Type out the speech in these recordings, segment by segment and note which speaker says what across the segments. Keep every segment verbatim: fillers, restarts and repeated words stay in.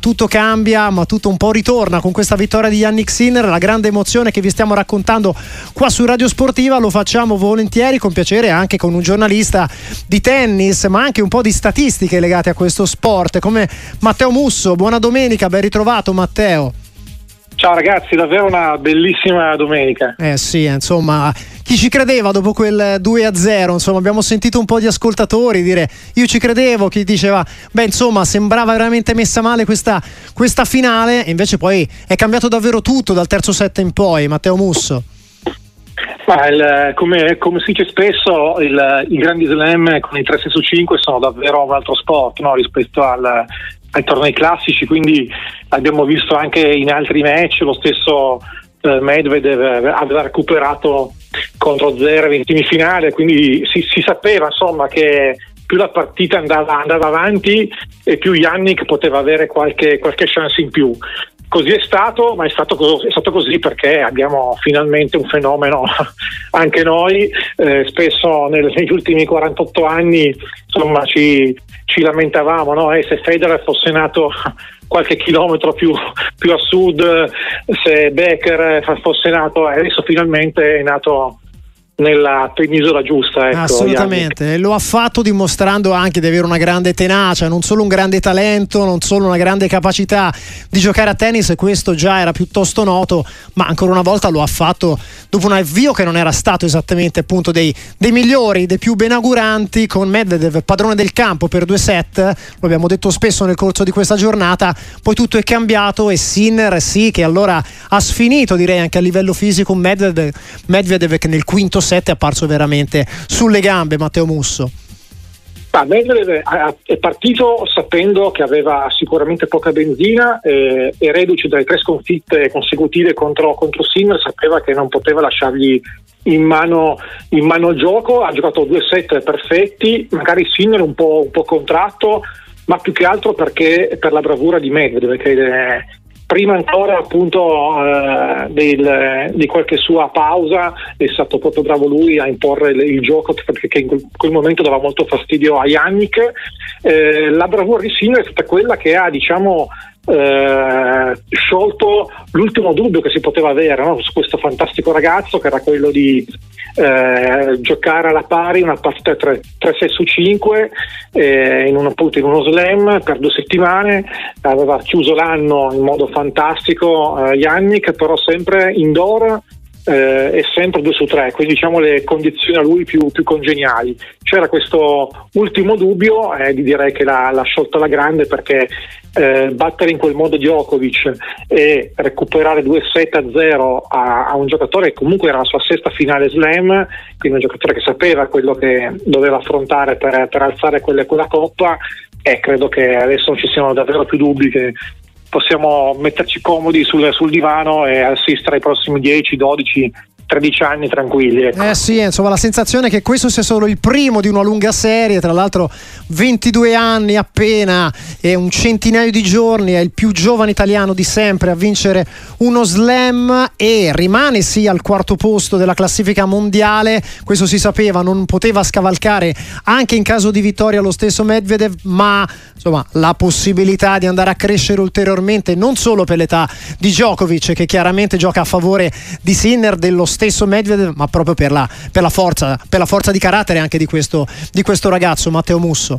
Speaker 1: tutto cambia, ma tutto un po' ritorna con questa vittoria di Jannik Sinner. La grande emozione che vi stiamo raccontando qua su Radio Sportiva lo facciamo volentieri, con piacere, anche con un giornalista di tennis, ma anche un po' di statistiche legate a questo sport, come Matteo Musso. Buona domenica, ben ritrovato Matteo.
Speaker 2: Ciao ragazzi, davvero una bellissima domenica.
Speaker 1: Eh sì, insomma, chi ci credeva dopo quel due a zero? Insomma, abbiamo sentito un po' di ascoltatori dire io ci credevo, chi diceva beh insomma sembrava veramente messa male questa, questa finale, e invece poi è cambiato davvero tutto dal terzo set in poi. Matteo Musso.
Speaker 2: Ma il, come, come si dice spesso, il, i grandi slam con i tre sei su cinque sono davvero un altro sport, no? Rispetto al, ai tornei classici, quindi abbiamo visto anche in altri match lo stesso eh, Medvedev aveva recuperato contro Zverev in semifinale, quindi si, si sapeva insomma che più la partita andava, andava avanti e più Jannik poteva avere qualche, qualche chance in più. Così è stato, ma è stato, così, è stato così perché abbiamo finalmente un fenomeno anche noi. Eh, spesso nel, negli ultimi quarantotto anni insomma ci, ci lamentavamo, no? Eh, se Federer fosse nato qualche chilometro più, più a sud, se Becker fosse nato, eh, adesso finalmente è nato nella penisola giusta, ecco.
Speaker 1: Assolutamente, Jannik. Lo ha fatto dimostrando anche di avere una grande tenacia, non solo un grande talento, non solo una grande capacità di giocare a tennis, questo già era piuttosto noto, ma ancora una volta lo ha fatto dopo un avvio che non era stato esattamente appunto dei, dei migliori, dei più benauguranti, con Medvedev padrone del campo per due set, lo abbiamo detto spesso nel corso di questa giornata. Poi tutto è cambiato e Sinner sì che allora ha sfinito, direi anche a livello fisico, Medvedev, Medvedev che nel quinto set è apparso veramente sulle gambe. Matteo Musso.
Speaker 2: Ah, Medvedev è partito sapendo che aveva sicuramente poca benzina eh, e reduce dalle tre sconfitte consecutive contro, contro Sinner, sapeva che non poteva lasciargli in mano, in mano il gioco. Ha giocato due set perfetti, magari Sinner un po', un po' contratto, ma più che altro perché per la bravura di Medvedev, che è, prima ancora appunto eh, del, di qualche sua pausa è stato proprio bravo lui a imporre il, il gioco, perché in quel, quel momento dava molto fastidio a Jannik. Eh, la bravura di Sinner è stata quella che ha diciamo eh, sciolto l'ultimo dubbio che si poteva avere, no? Su questo fantastico ragazzo, che era quello di Eh, giocare alla pari una partita tre sei su cinque eh, in, un, appunto, in uno slam per due settimane. Aveva chiuso l'anno in modo fantastico eh, Jannik, però sempre indoor eh, e sempre due su tre, quindi diciamo le condizioni a lui più, più congeniali. C'era questo ultimo dubbio e eh, direi che l'ha, l'ha sciolto alla grande, perché Eh, battere in quel modo Djokovic e recuperare due set a zero a, a un giocatore che comunque era la sua sesta finale slam, quindi un giocatore che sapeva quello che doveva affrontare per, per alzare quelle, quella coppa, e credo che adesso non ci siano davvero più dubbi, che possiamo metterci comodi sul, sul divano e assistere ai prossimi dieci dodici tredici anni tranquilli, ecco.
Speaker 1: Eh sì, insomma la sensazione è che questo sia solo il primo di una lunga serie, tra l'altro ventidue anni appena e un centinaio di giorni, è il più giovane italiano di sempre a vincere uno slam e rimane sì al quarto posto della classifica mondiale. Questo si sapeva, non poteva scavalcare anche in caso di vittoria lo stesso Medvedev, ma insomma la possibilità di andare a crescere ulteriormente, non solo per l'età di Djokovic, che chiaramente gioca a favore di Sinner, dello stesso Medvedev, ma proprio per la, per la forza per la forza di carattere anche di questo, di questo ragazzo. Matteo Musso.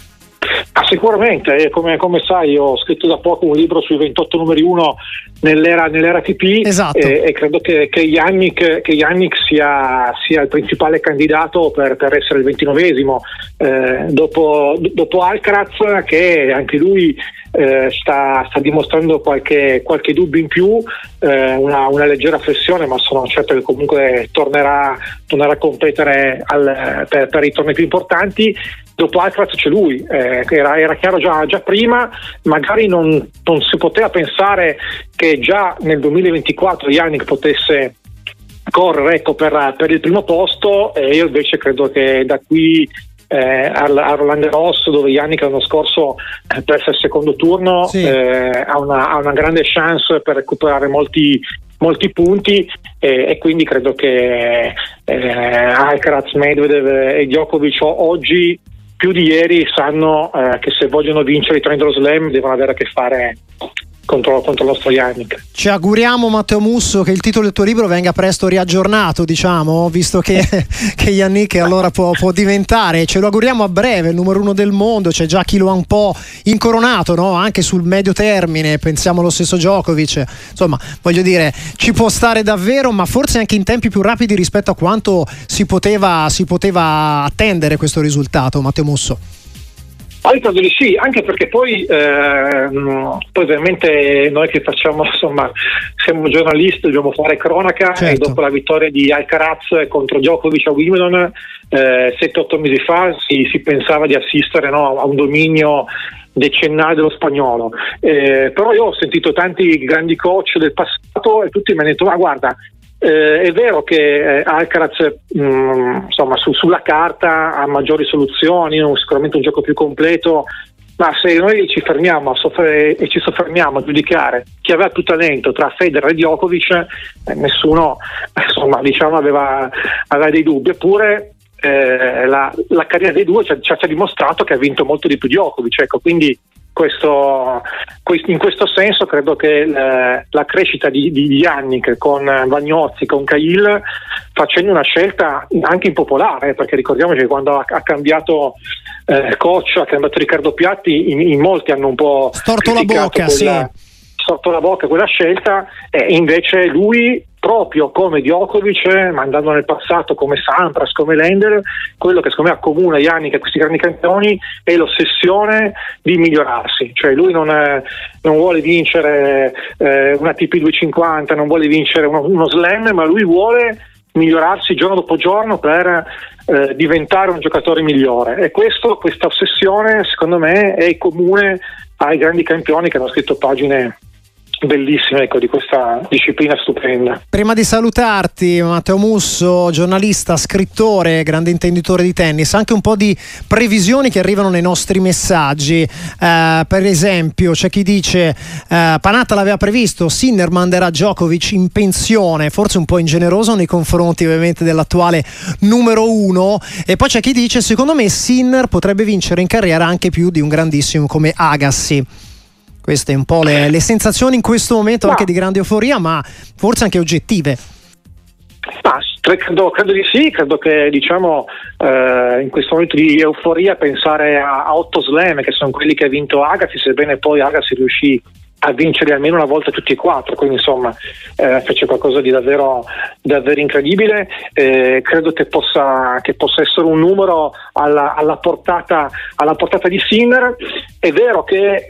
Speaker 2: Ah, sicuramente, come, come sai, io ho scritto da poco un libro sui ventotto numeri uno nell'era, nell'era A T P,
Speaker 1: esatto.
Speaker 2: e, e credo che, che Jannik, che Jannik sia, sia il principale candidato per, per essere il ventinovesimo eh, dopo, dopo Alcaraz, che anche lui eh, sta, sta dimostrando qualche, qualche dubbio in più, eh, una, una leggera flessione, ma sono certo che comunque tornerà, tornerà a competere al, per, per i tornei più importanti. Dopo Alcaraz c'è lui, eh, che era, era chiaro già, già prima, magari non, non si poteva pensare che già nel duemilaventiquattro Jannik potesse correre, ecco, per, per il primo posto, e io invece credo che da qui eh, a Roland Garros, dove Jannik l'anno scorso eh, perse il secondo turno, sì. eh, ha, una, ha una grande chance per recuperare molti molti punti, eh, e quindi credo che eh, Alcaraz, Medvedev e Djokovic oggi più di ieri sanno eh, che se vogliono vincere i Trento Slam devono avere a che fare contro, contro il nostro Yannick.
Speaker 1: Ci auguriamo, Matteo Musso, che il titolo del tuo libro venga presto riaggiornato, diciamo, visto che, che Yannick allora può, può diventare, ce lo auguriamo a breve, il numero uno del mondo. C'è già chi lo ha un po' incoronato, no? Anche sul medio termine, pensiamo allo stesso Djokovic, insomma, voglio dire, ci può stare davvero, ma forse anche in tempi più rapidi rispetto a quanto si poteva, si poteva attendere questo risultato, Matteo Musso.
Speaker 2: Ah, io credo di sì, anche perché poi, ehm, poi ovviamente noi che facciamo, insomma, siamo giornalisti, dobbiamo fare cronaca, certo. E dopo la vittoria di Alcaraz contro Djokovic a Wimbledon eh, sette otto mesi fa si, si pensava di assistere, no, a un dominio decennale dello spagnolo, eh, però io ho sentito tanti grandi coach del passato e tutti mi hanno detto: ma guarda, Eh, è vero che eh, Alcaraz mh, insomma su, sulla carta ha maggiori soluzioni, un, sicuramente un gioco più completo, ma se noi ci fermiamo a soffre- e ci soffermiamo a giudicare chi aveva più talento tra Federer e Djokovic, eh, nessuno insomma diciamo aveva, aveva dei dubbi, eppure eh, la, la carriera dei due ci ha, ci ha dimostrato che ha vinto molto di più Djokovic, ecco, quindi Questo, in questo senso credo che la, la crescita di, di Yannick con Vagnozzi, con Cahill, facendo una scelta anche impopolare, perché ricordiamoci che quando ha, ha cambiato eh, coach, ha cambiato Riccardo Piatti, in, in molti hanno un po'
Speaker 1: storto la bocca,
Speaker 2: quella,
Speaker 1: sì.
Speaker 2: storto la bocca quella scelta, e invece lui, proprio come Djokovic, ma andando nel passato come Sampras, come Lendl, quello che secondo me accomuna Yannick a questi grandi campioni è l'ossessione di migliorarsi, cioè lui non, è, non vuole vincere eh, una T P duecentocinquanta, non vuole vincere uno, uno slam, ma lui vuole migliorarsi giorno dopo giorno per eh, diventare un giocatore migliore, e questo, questa ossessione secondo me è comune ai grandi campioni che hanno scritto pagine bellissime, ecco, di questa disciplina stupenda.
Speaker 1: Prima di salutarti, Matteo Musso, giornalista, scrittore, grande intenditore di tennis, anche un po' di previsioni che arrivano nei nostri messaggi. Eh, per esempio c'è chi dice eh, Panatta l'aveva previsto, Sinner manderà Djokovic in pensione, forse un po' ingeneroso nei confronti ovviamente dell'attuale numero uno, e poi c'è chi dice secondo me Sinner potrebbe vincere in carriera anche più di un grandissimo come Agassi. Queste un po' le, le sensazioni in questo momento, no. Anche di grande euforia, ma forse anche oggettive.
Speaker 2: Ma credo, credo di sì, credo che diciamo eh, in questo momento di euforia pensare a, a otto slam, che sono quelli che ha vinto Agassi, sebbene poi Agassi riuscì a vincere almeno una volta tutti e quattro, quindi insomma eh, fece qualcosa di davvero, davvero incredibile. Eh, credo che possa, che possa essere un numero alla, alla, portata, alla portata di Sinner. È vero che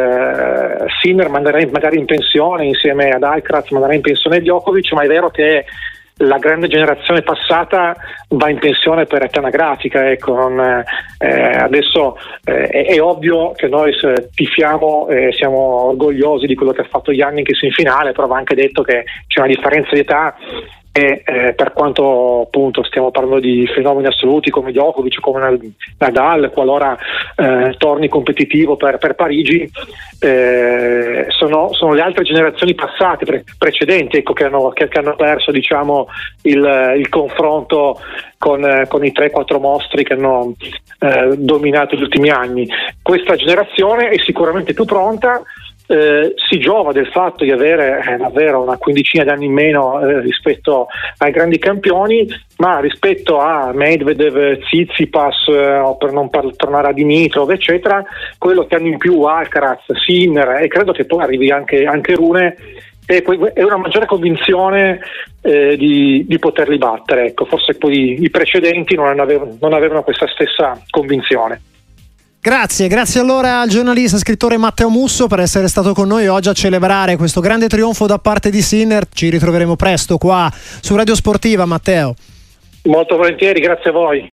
Speaker 2: eh, Sinner manderà magari in pensione insieme ad Alcaraz, manderà in pensione Djokovic, ma è vero che la grande generazione passata va in pensione per età anagrafica, ecco, non, eh, adesso eh, è, è ovvio che noi tifiamo e siamo orgogliosi di quello che ha fatto Yannick in finale, però va anche detto che c'è una differenza di età e eh, per quanto appunto stiamo parlando di fenomeni assoluti come Djokovic, come Nadal, qualora eh, torni competitivo per, per Parigi, eh, sono, sono le altre generazioni passate, pre- precedenti, ecco, che hanno, che, che hanno perso diciamo il, il confronto con, eh, con i tre quattro mostri che hanno eh, dominato gli ultimi anni. Questa generazione è sicuramente più pronta. Eh, si giova del fatto di avere eh, davvero una quindicina di anni in meno eh, rispetto ai grandi campioni, ma rispetto a Medvedev, Tsitsipas, eh, o per non par- tornare a Dimitrov eccetera, quello che hanno in più Alcaraz, Sinner, e credo che poi arrivi anche, anche Rune, è, è una maggiore convinzione eh, di, di poterli battere, ecco. Forse poi i precedenti non avevano, non avevano questa stessa convinzione.
Speaker 1: Grazie, grazie allora al giornalista e scrittore Matteo Musso per essere stato con noi oggi a celebrare questo grande trionfo da parte di Sinner. Ci ritroveremo presto qua su Radio Sportiva, Matteo.
Speaker 2: Molto volentieri, grazie a voi.